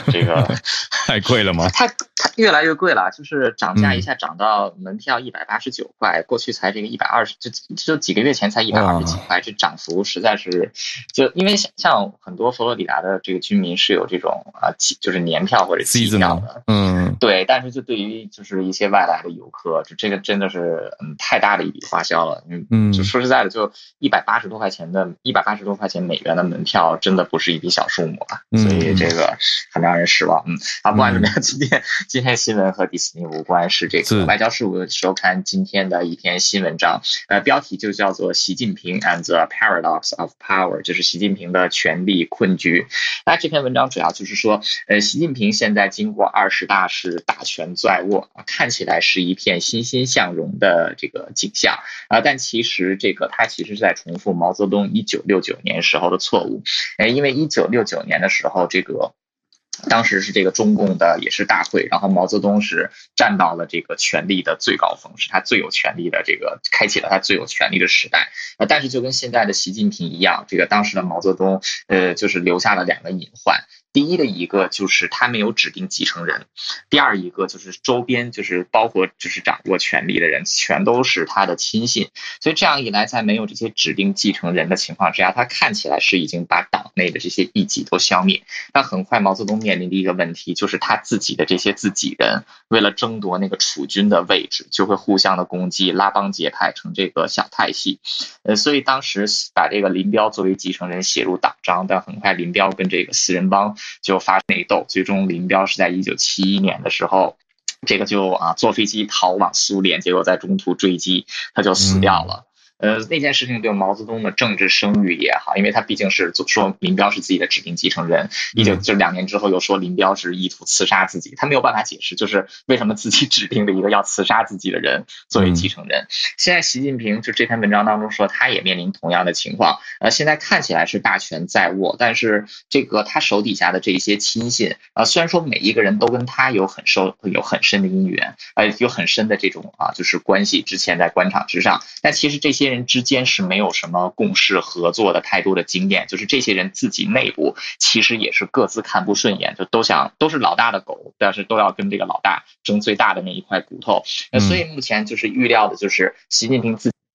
这个太贵了吗？ 它越来越贵了，就是涨价一下涨到门票189块，过去才这个120，就几个月前才120几块，这涨幅实在是，就因为像很多佛罗里达的这个居民是有这种就是年票或者季票的，对，但是就对于就是一些外来的游客，这个真的是太大的一笔花销了，就说实在的，就180多块钱美元的门票，真的不是一笔小数目啊，所以这个很让人失望。不管怎么样，今天新闻和迪士尼无关，是这个外交事务周刊今天的一篇新文章，标题就叫做习近平 and the Paradox of Power， 就是习近平的权力困局。那这篇文章主要就是说，习近平现在经过20大是大权在握，看起来是一片欣欣向荣的这个景象但其实他其实是在重复毛泽东1969年时候的错误，因为1969年的时候当时是这个中共的也是大会，然后毛泽东是站到了这个权力的最高峰，是他最有权力的开启了他最有权力的时代。但是就跟现在的习近平一样，当时的毛泽东就是留下了2个隐患。第一的一个就是他没有指定继承人，第二一个就是周边就是包括就是掌握权力的人全都是他的亲信，所以这样一来，在没有这些指定继承人的情况之下，他看起来是已经把党内的这些异己都消灭。但很快毛泽东面临的一个问题就是他自己的这些自己人为了争夺那个储君的位置，就会互相的攻击，拉帮结派成这个小派系。所以当时把这个林彪作为继承人写入党章，但很快林彪跟这个四人帮就发生内斗，最终林彪是在1971年的时候，就坐飞机逃往苏联，结果在中途坠机，他就死掉了。那件事情对毛泽东的政治声誉也好，因为他毕竟是说林彪是自己的指定继承人就2年之后又说林彪是意图刺杀自己，他没有办法解释就是为什么自己指定的一个要刺杀自己的人作为继承人。现在习近平就这篇文章当中说他也面临同样的情况，现在看起来是大权在握，但是他手底下的这些亲信虽然说每一个人都跟他有很深的姻缘，有很深的这种就是关系，之前在官场之上，但其实这些人之间是没有什么共事合作的太多的经验，就是这些人自己内部其实也是各自看不顺眼，就都是老大的狗，但是都要跟这个老大争最大的那一块骨头。所以目前就是预料的就是习近平自己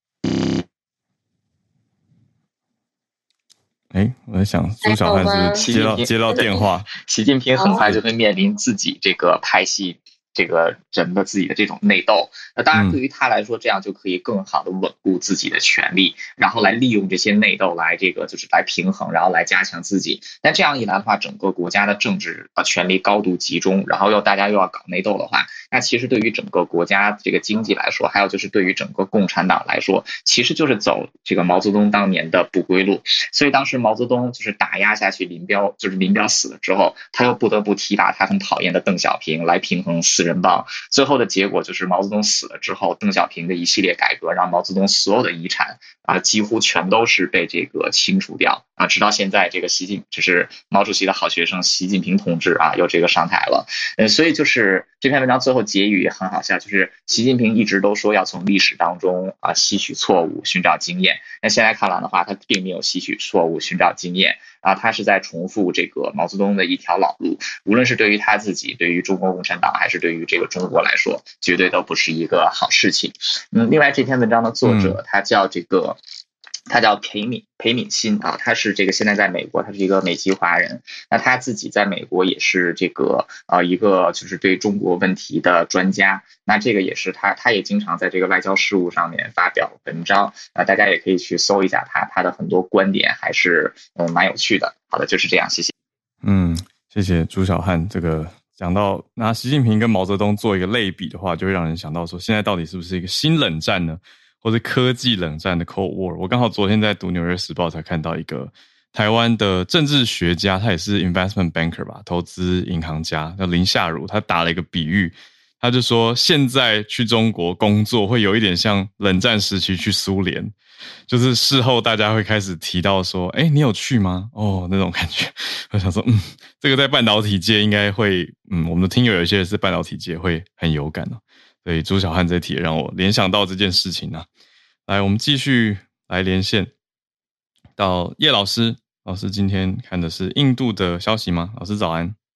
我在想朱小汉是接到电话， 习近平很快就会面临自己这个派系这个人的自己的这种内斗。当然对于他来说，这样就可以更好的稳固自己的权利，然后来利用这些内斗来就是来平衡，然后来加强自己。但这样一来的话，整个国家的政治权力高度集中，然后大家又要搞内斗的话，那其实对于整个国家这个经济来说，还有就是对于整个共产党来说，其实就是走这个毛泽东当年的不归路。所以当时毛泽东就是打压下去林彪，就是林彪死了之后，他又不得不提拔他很讨厌的邓小平来平衡四人帮。最后的结果就是毛泽东死了之后，邓小平的一系列改革让毛泽东所有的遗产几乎全都是被这个清除掉直到现在这个就是毛主席的好学生习近平同志又这个上台了。所以就是这篇文章最后结语也很好笑，就是习近平一直都说要从历史当中吸取错误，寻找经验。那现在看来的话，他并没有吸取错误，寻找经验他是在重复这个毛泽东的一条老路，无论是对于他自己，对于中国共产党，还是对于这个中国来说，绝对都不是一个好事情。另外这篇文章的作者他叫裴敏欣他是现在在美国，他是一个美籍华人。那他自己在美国也是一个就是对中国问题的专家。那这个也是他也经常在这个外交事务上面发表文章大家也可以去搜一下他的很多观点还是蛮有趣的。好的，就是这样，谢谢。 谢谢朱小汉。这个讲到拿习近平跟毛泽东做一个类比的话，就会让人想到说，现在到底是不是一个新冷战呢？或者科技冷战的 Cold War。 我刚好昨天在读纽约时报才看到一个台湾的政治学家，他也是 investment banker 吧，投资银行家，叫林夏如，他打了一个比喻，他就说现在去中国工作会有一点像冷战时期去苏联，就是事后大家会开始提到说你有去吗？那种感觉。我想说这个在半导体界应该会我们的听友有一些是半导体界会很有感所以朱小汉这题也让我联想到这件事情来，我们继续来连线到叶老师。老师今天看的是印度的消息吗？老师早安。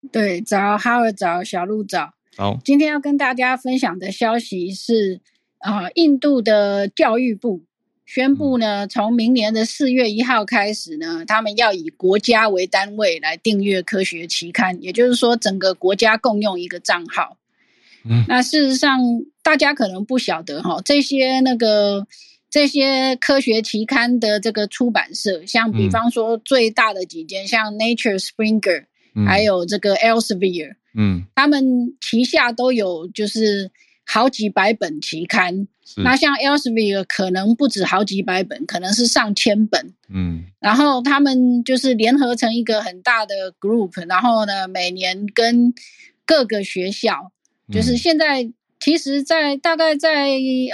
对，早，Howard早，小鹿早。 好， 今天要跟大家分享的消息是，印度的教育部宣布呢，从明年的4月1号开始呢，他们要以国家为单位来订阅科学期刊，也就是说，整个国家共用一个账号。那事实上，大家可能不晓得哈，这些科学期刊的这个出版社，像比方说最大的几间，像 Nature Springer，还有这个 Elsevier，他们旗下都有就是好几百本期刊。那像 Elsevier 可能不止好几百本，可能是上千本。然后他们就是联合成一个很大的 group， 然后呢，每年跟各个学校，就是现在其实大概在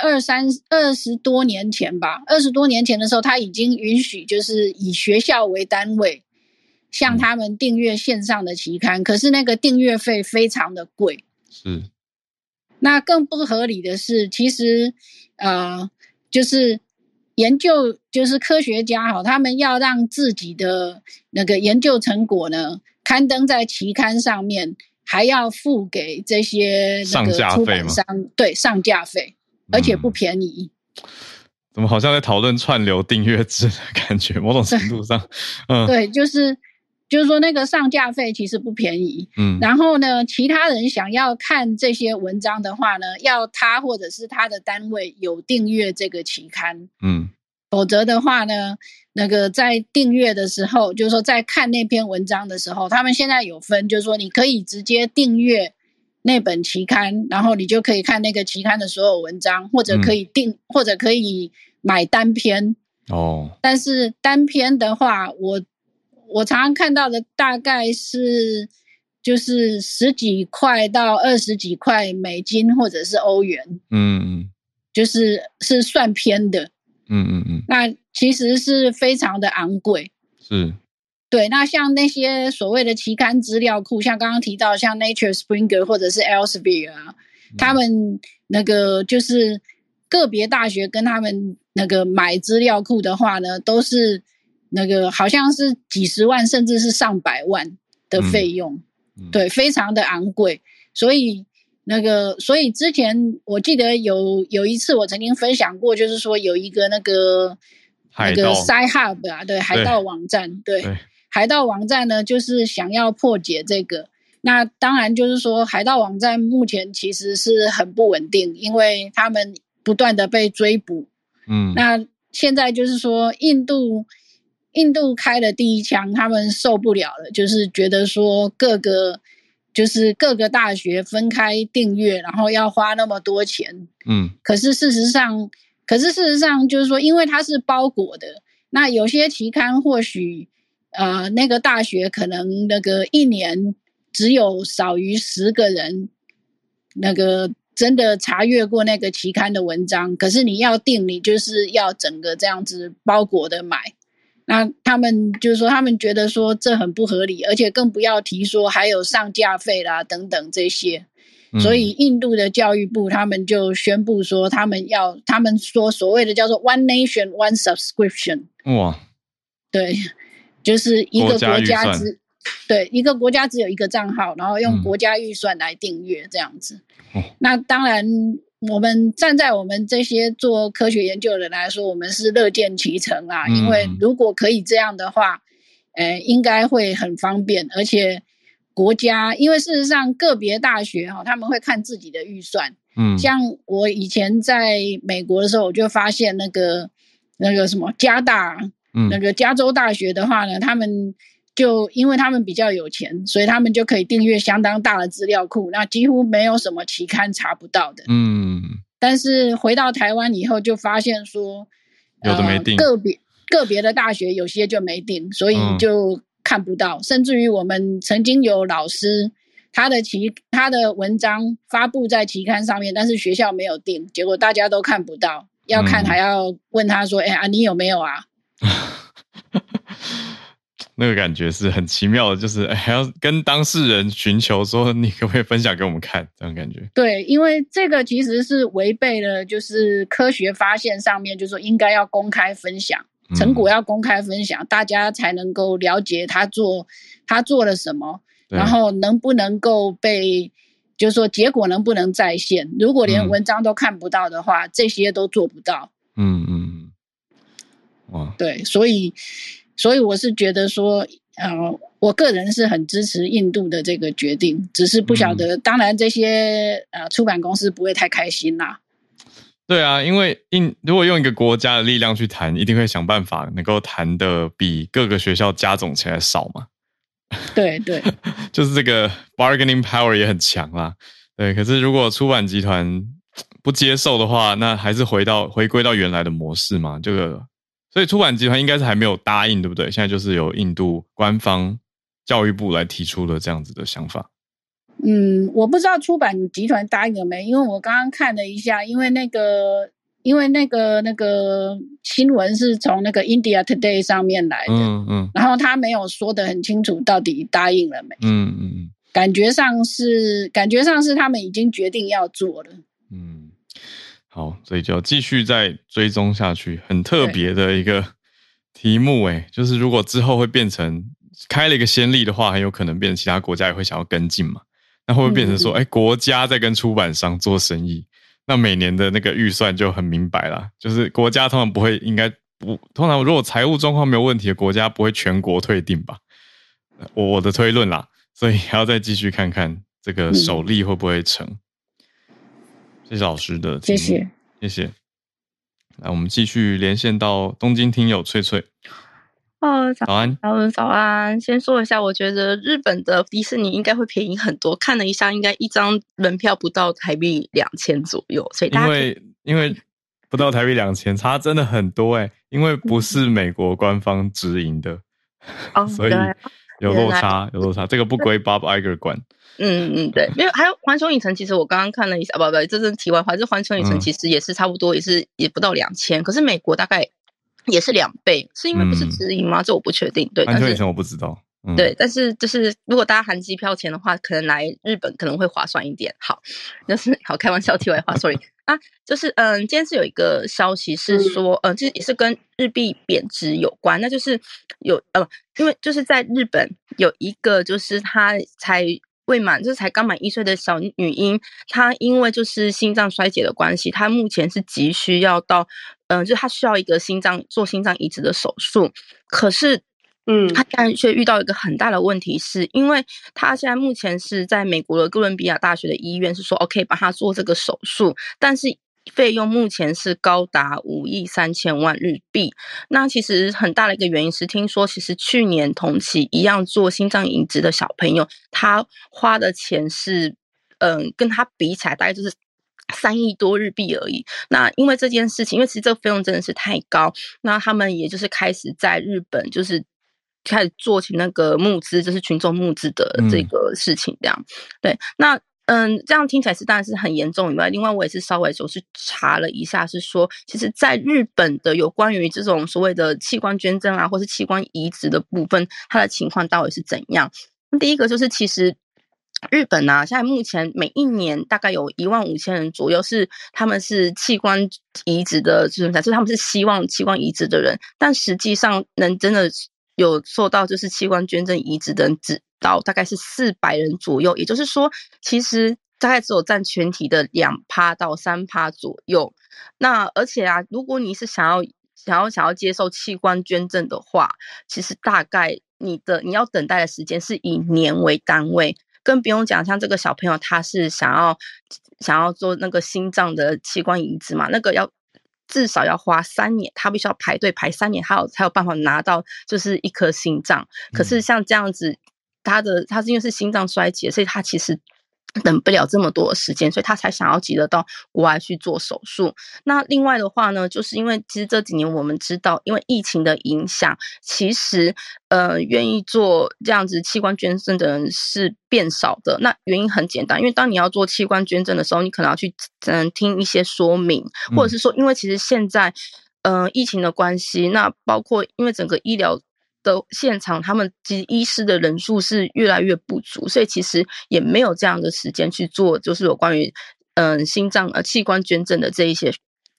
20多年前吧，20多年前的时候，他已经允许就是以学校为单位向他们订阅线上的期刊，可是那个订阅费非常的贵。 是。 那更不合理的是，其实就是研究，就是科学家他们要让自己的那个研究成果呢刊登在期刊上面，还要付给这些那个出版商对上架费，而且不便宜。 怎么好像在讨论串流订阅制的感觉？某种程度上， 对，就是说那个上架费其实不便宜。然后呢，其他人想要看这些文章的话呢，要他或者是他的单位有订阅这个期刊。否则的话呢，那个在订阅的时候，就是说在看那篇文章的时候，他们现在有分，就是说你可以直接订阅那本期刊，然后你就可以看那个期刊的所有文章，或者可以或者可以买单篇。但是单篇的话，我常常看到的大概是就是10几块到20几块美金或者是欧元。就是算篇的。那其实是非常的昂贵。 是。 对，那像那些所谓的期刊资料库，像刚刚提到像 Nature Springer 或者是 Elsevier 他们那个就是个别大学跟他们那个买资料库的话呢，都是那个好像是几十万甚至是上百万的费用。对，非常的昂贵。所以之前我记得有一次我曾经分享过，就是说有一个那个 Sci-Hub 对，海盗网站。对，海盗网站呢就是想要破解这个。那当然就是说海盗网站目前其实是很不稳定，因为他们不断的被追捕。那现在就是说印度开了第一枪，他们受不了了，就是觉得说各个大学分开订阅，然后要花那么多钱。可是事实上就是说，因为它是包裹的，那有些期刊或许那个大学可能那个一年只有少于10个人那个真的查阅过那个期刊的文章，可是你要订，你就是要整个这样子包裹的买。那他们就是说他们觉得说这很不合理，而且更不要提说还有上架费啦等等这些。所以印度的教育部他们就宣布说他们说所谓的叫做 One Nation One Subscription。哇，对，就是一个国家一个国家只有一个账号，然后用国家预算来订阅这样子。那当然我们站在我们这些做科学研究的人来说，我们是乐见其成啊。因为如果可以这样的话，应该会很方便。而且国家，因为事实上个别大学他们会看自己的预算。像我以前在美国的时候，我就发现那个什么加大，那个加州大学的话呢，他们就因为他们比较有钱，所以他们就可以订阅相当大的资料库，那几乎没有什么期刊查不到的。但是回到台湾以后就发现说有的没订， 个别的大学有些就没订，所以就看不到。甚至于我们曾经有老师他的文章发布在期刊上面，但是学校没有订，结果大家都看不到，要看还要问他说你有没有啊？ 那个感觉是很奇妙的，就是还要跟当事人寻求说你可不可以分享给我们看，这样感觉。对， 因为这个其实是违背了就是科学发现上面就是说应该要公开分享，成果要公开分享，大家才能够了解他做了什么。 然后能不能够被，就是说结果能不能再现，如果连文章都看不到的话，这些都做不到。 哇， 对，所以我是觉得说，我个人是很支持印度的这个决定，只是不晓得，当然这些出版公司不会太开心啦。 对啊，因为如果用一个国家的力量去谈，一定会想办法能够谈的比各个学校加总起来少嘛。 对， 就是这个 bargaining power 也很强啦。对，可是如果出版集团不接受的话，那还是回归到原来的模式嘛。所以出版集团应该是还没有答应，对不对？现在就是由印度官方教育部来提出了这样子的想法。 我不知道出版集团答应了没，因为我刚刚看了一下，因为那个新闻是从那个 India Today 上面来的，然后他没有说得很清楚到底答应了没，感觉上是他们已经决定要做了。 好，所以就要继续再追踪下去，很特别的一个题目就是如果之后会变成开了一个先例的话，很有可能变成其他国家也会想要跟进嘛。那会不会变成说，国家在跟出版商做生意？那每年的那个预算就很明白啦，就是国家通常通常如果财务状况没有问题的国家不会全国退订吧？我的推论啦，所以还要再继续看看这个首例会不会成。谢谢老师的题目，谢谢。来，我们继续连线到东京听友翠翠。早安， 早安。先说一下，我觉得日本的迪士尼应该会便宜很多。看了一下，应该一张门票不到台币2000左右，所以大家因为不到台币2000，差真的很多因为不是美国官方直营的，所以有落差，这个不归 Bob Iger 管。 对，因为还有环球影城，其实我刚刚看了一下，这是题外话，这环球影城其实也是差不多，也不到2000，可是美国大概也是2倍，是因为不是直营吗？这我不确定。对， 环球影城我不知道。 对，但是就是如果大家含机票钱的话，可能来日本可能会划算一点。好，好开玩笑，题外话 ，sorry 啊，就是今天是有一个消息是说，这也是跟日币贬值有关，那就是因为就是在日本有一个就是他才刚满1岁的小女婴，她因为就是心脏衰竭的关系，她目前是急需要到就是她需要一个做心脏移植的手术，可是她现在却遇到一个很大的问题，是因为她现在目前是在美国的哥伦比亚大学的医院是说 OK 帮她做这个手术，但是费用目前是高达5亿3千万日币。那其实很大的一个原因是，听说其实去年同期一样做心脏移植的小朋友，他花的钱是跟他比起来大概就是3亿多日币而已。那因为这件事情，因为其实这个费用真的是太高，那他们也就是开始在日本就是开始做起那个募资，就是群众募资的这个事情这样。对，那这样听起来是当然是很严重以外，另外我也是稍微去查了一下，是说其实在日本的有关于这种所谓的器官捐赠啊，或是器官移植的部分，它的情况到底是怎样。第一个就是其实日本啊，现在目前每一年大概有15000人左右他们是器官移植的，就是他们是希望器官移植的人，但实际上能真的有受到就是器官捐赠移植的人只到大概是400人左右，也就是说其实大概只有占全体的2%到3%左右。那而且啊，如果你是想要接受器官捐赠的话，其实大概你要等待的时间是以年为单位，更不用讲像这个小朋友他是想要做那个心脏的器官移植嘛，那个至少要花3年，他必须要排队排3年，才有办法拿到就是一颗心脏。可是像这样子，他是因为是心脏衰竭，所以他其实等不了这么多的时间，所以他才想要急着到国外去做手术。那另外的话呢，就是因为其实这几年我们知道，因为疫情的影响，其实愿意做这样子器官捐赠的人是变少的。那原因很简单，因为当你要做器官捐赠的时候，你可能要去听一些说明，或者是说因为其实现在疫情的关系，那包括因为整个医疗的现场，他们其实医师的人数是越来越不足，所以其实也没有这样的时间去做就是有关于心脏器官捐赠的这一些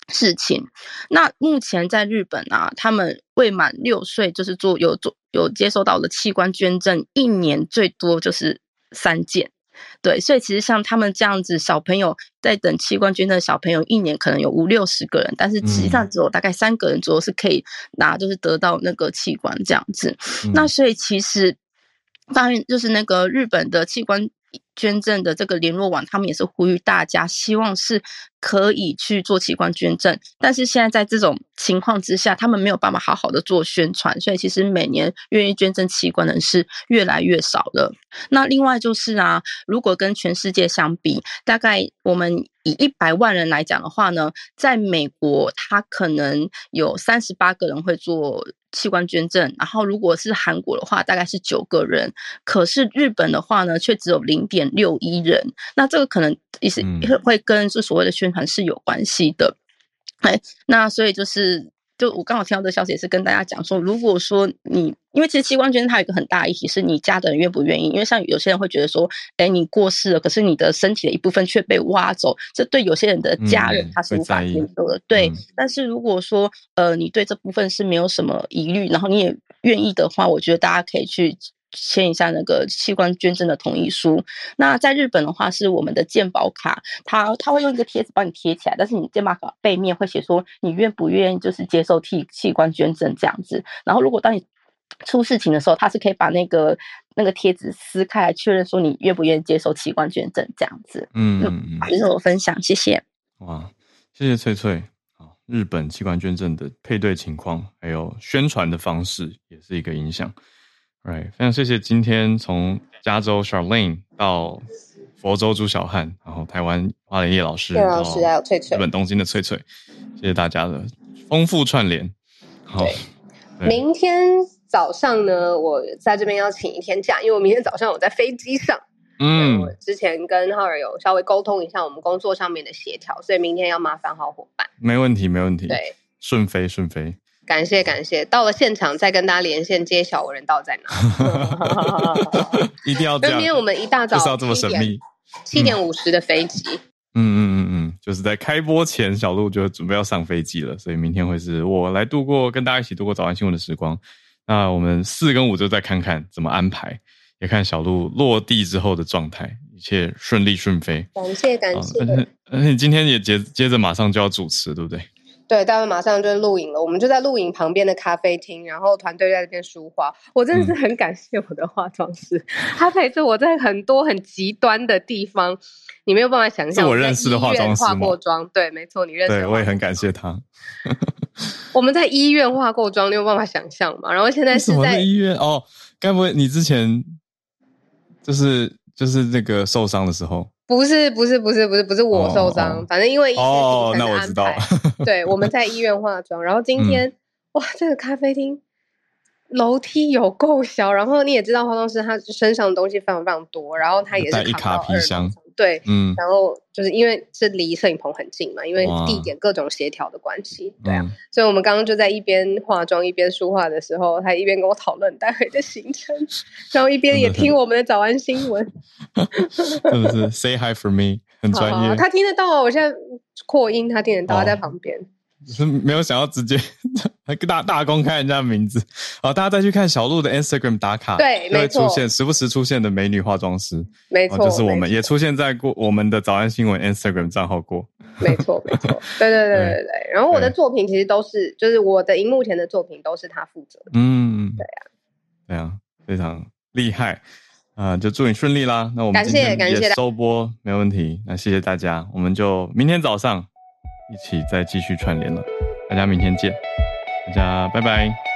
事情。那目前在日本啊，他们未满6岁就是有接收到的器官捐赠，一年最多就是3件。对，所以其实像他们这样子小朋友在等器官捐赠的小朋友，一年可能有50-60个人，但是实际上只有大概3个人左右是可以就是得到那个器官这样子。那所以其实当然就是那个日本的器官捐赠的这个联络网，他们也是呼吁大家希望是可以去做器官捐赠，但是现在在这种情况之下，他们没有办法好好的做宣传，所以其实每年愿意捐赠器官的人是越来越少了。那另外就是如果跟全世界相比，大概我们以100万人来讲的话呢，在美国他可能有38个人会做器官捐赠，然后如果是韩国的话大概是9个人，可是日本的话呢却只有 0.61 人，那这个可能也是会跟所谓的宣传是有关系的。那所以就我刚好听到的消息也是跟大家讲说，如果说因为其实器官捐赠它有一个很大的议题是你家的人愿不愿意，因为像有些人会觉得说你过世了，可是你的身体的一部分却被挖走，这对有些人的家人他是无法接受的。对，但是如果说你对这部分是没有什么疑虑，然后你也愿意的话，我觉得大家可以去签一下那个器官捐赠的同意书。那在日本的话是我们的健保卡，它会用一个贴纸帮你贴起来，但是你健保卡背面会写说你愿不愿意就是接受器官捐赠这样子。然后如果当你出事情的时候，它是可以把那个贴纸撕开来确认说你愿不愿意接受器官捐赠这样子。这是我分享，谢谢。 哇，谢谢翠翠。好，日本器官捐赠的配对情况还有宣传的方式也是一个影响。Right， 非常谢谢今天从加州 Charlene 到佛州朱小汉，然后台湾花莲叶老师， 老师还有翠翠， 日本东京的翠翠，谢谢大家的丰富串联。好， 明天早上呢，我在这边要请一天假，因为我明天早上我在飞机上。我之前跟浩尔有稍微沟通一下我们工作上面的协调，所以明天要麻烦好伙伴。没问题。 对，顺飞。 感谢，到了现场再跟大家连线揭晓我人到在哪。 一定要这样。 明天我们一大早就是要这么神秘 ，7点50的飞机。 就是在开播前，小鹿就准备要上飞机了，所以明天会是我来跟大家一起度过早安新闻的时光。那我们4跟5就再看看怎么安排，也看小鹿落地之后的状态，一切顺利顺飞。感谢。而且你今天也接着马上就要主持，对不对？ 对，待会马上就录影了，我们就在录影旁边的咖啡厅，然后团队在这边梳化。我真的是很感谢我的化妆师，他陪着我在很多很极端的地方，你没有办法想象。 是我认识的化妆师吗？ 化过妆，对，没错，你认识的。 对，我也很感谢他。 我们在医院化过妆，你有办法想象吗？然后现在是在医院哦，该不会你之前就是那个受伤的时候？不是我受伤，反正因为一些行程的安排。那我知道。对，我们在医院化妆，然后今天哇，这个咖啡厅楼梯有够小，然后你也知道化妆师他身上的东西非常非常多，然后他也是带一卡皮箱。 对，然后就是因为是离摄影棚很近嘛，因为地点各种协调的关系，对啊，所以我们刚刚就在一边化妆一边梳化的时候，他一边跟我讨论待会的行程，然后一边也听我们的早安新闻。 真的是 say hi for me， 很专业。 他听得到啊，我现在扩音，他听得到，他在旁边。 是没有想要直接大公开人家的名字。好，大家再去看小鹿的 Instagram 打卡， 对，没错， 时不时出现的美女化妆师， 没错， 就是我们也出现在过我们的早安新闻 Instagram 账号过， 没错，对。然后我的作品其实都是，就是我的荧幕前的作品都是他负责的，对啊，非常厉害就祝你顺利啦。那我们今天也收播没问题，那谢谢大家，我们就明天早上一起再继续串联了，大家明天见，大家拜拜。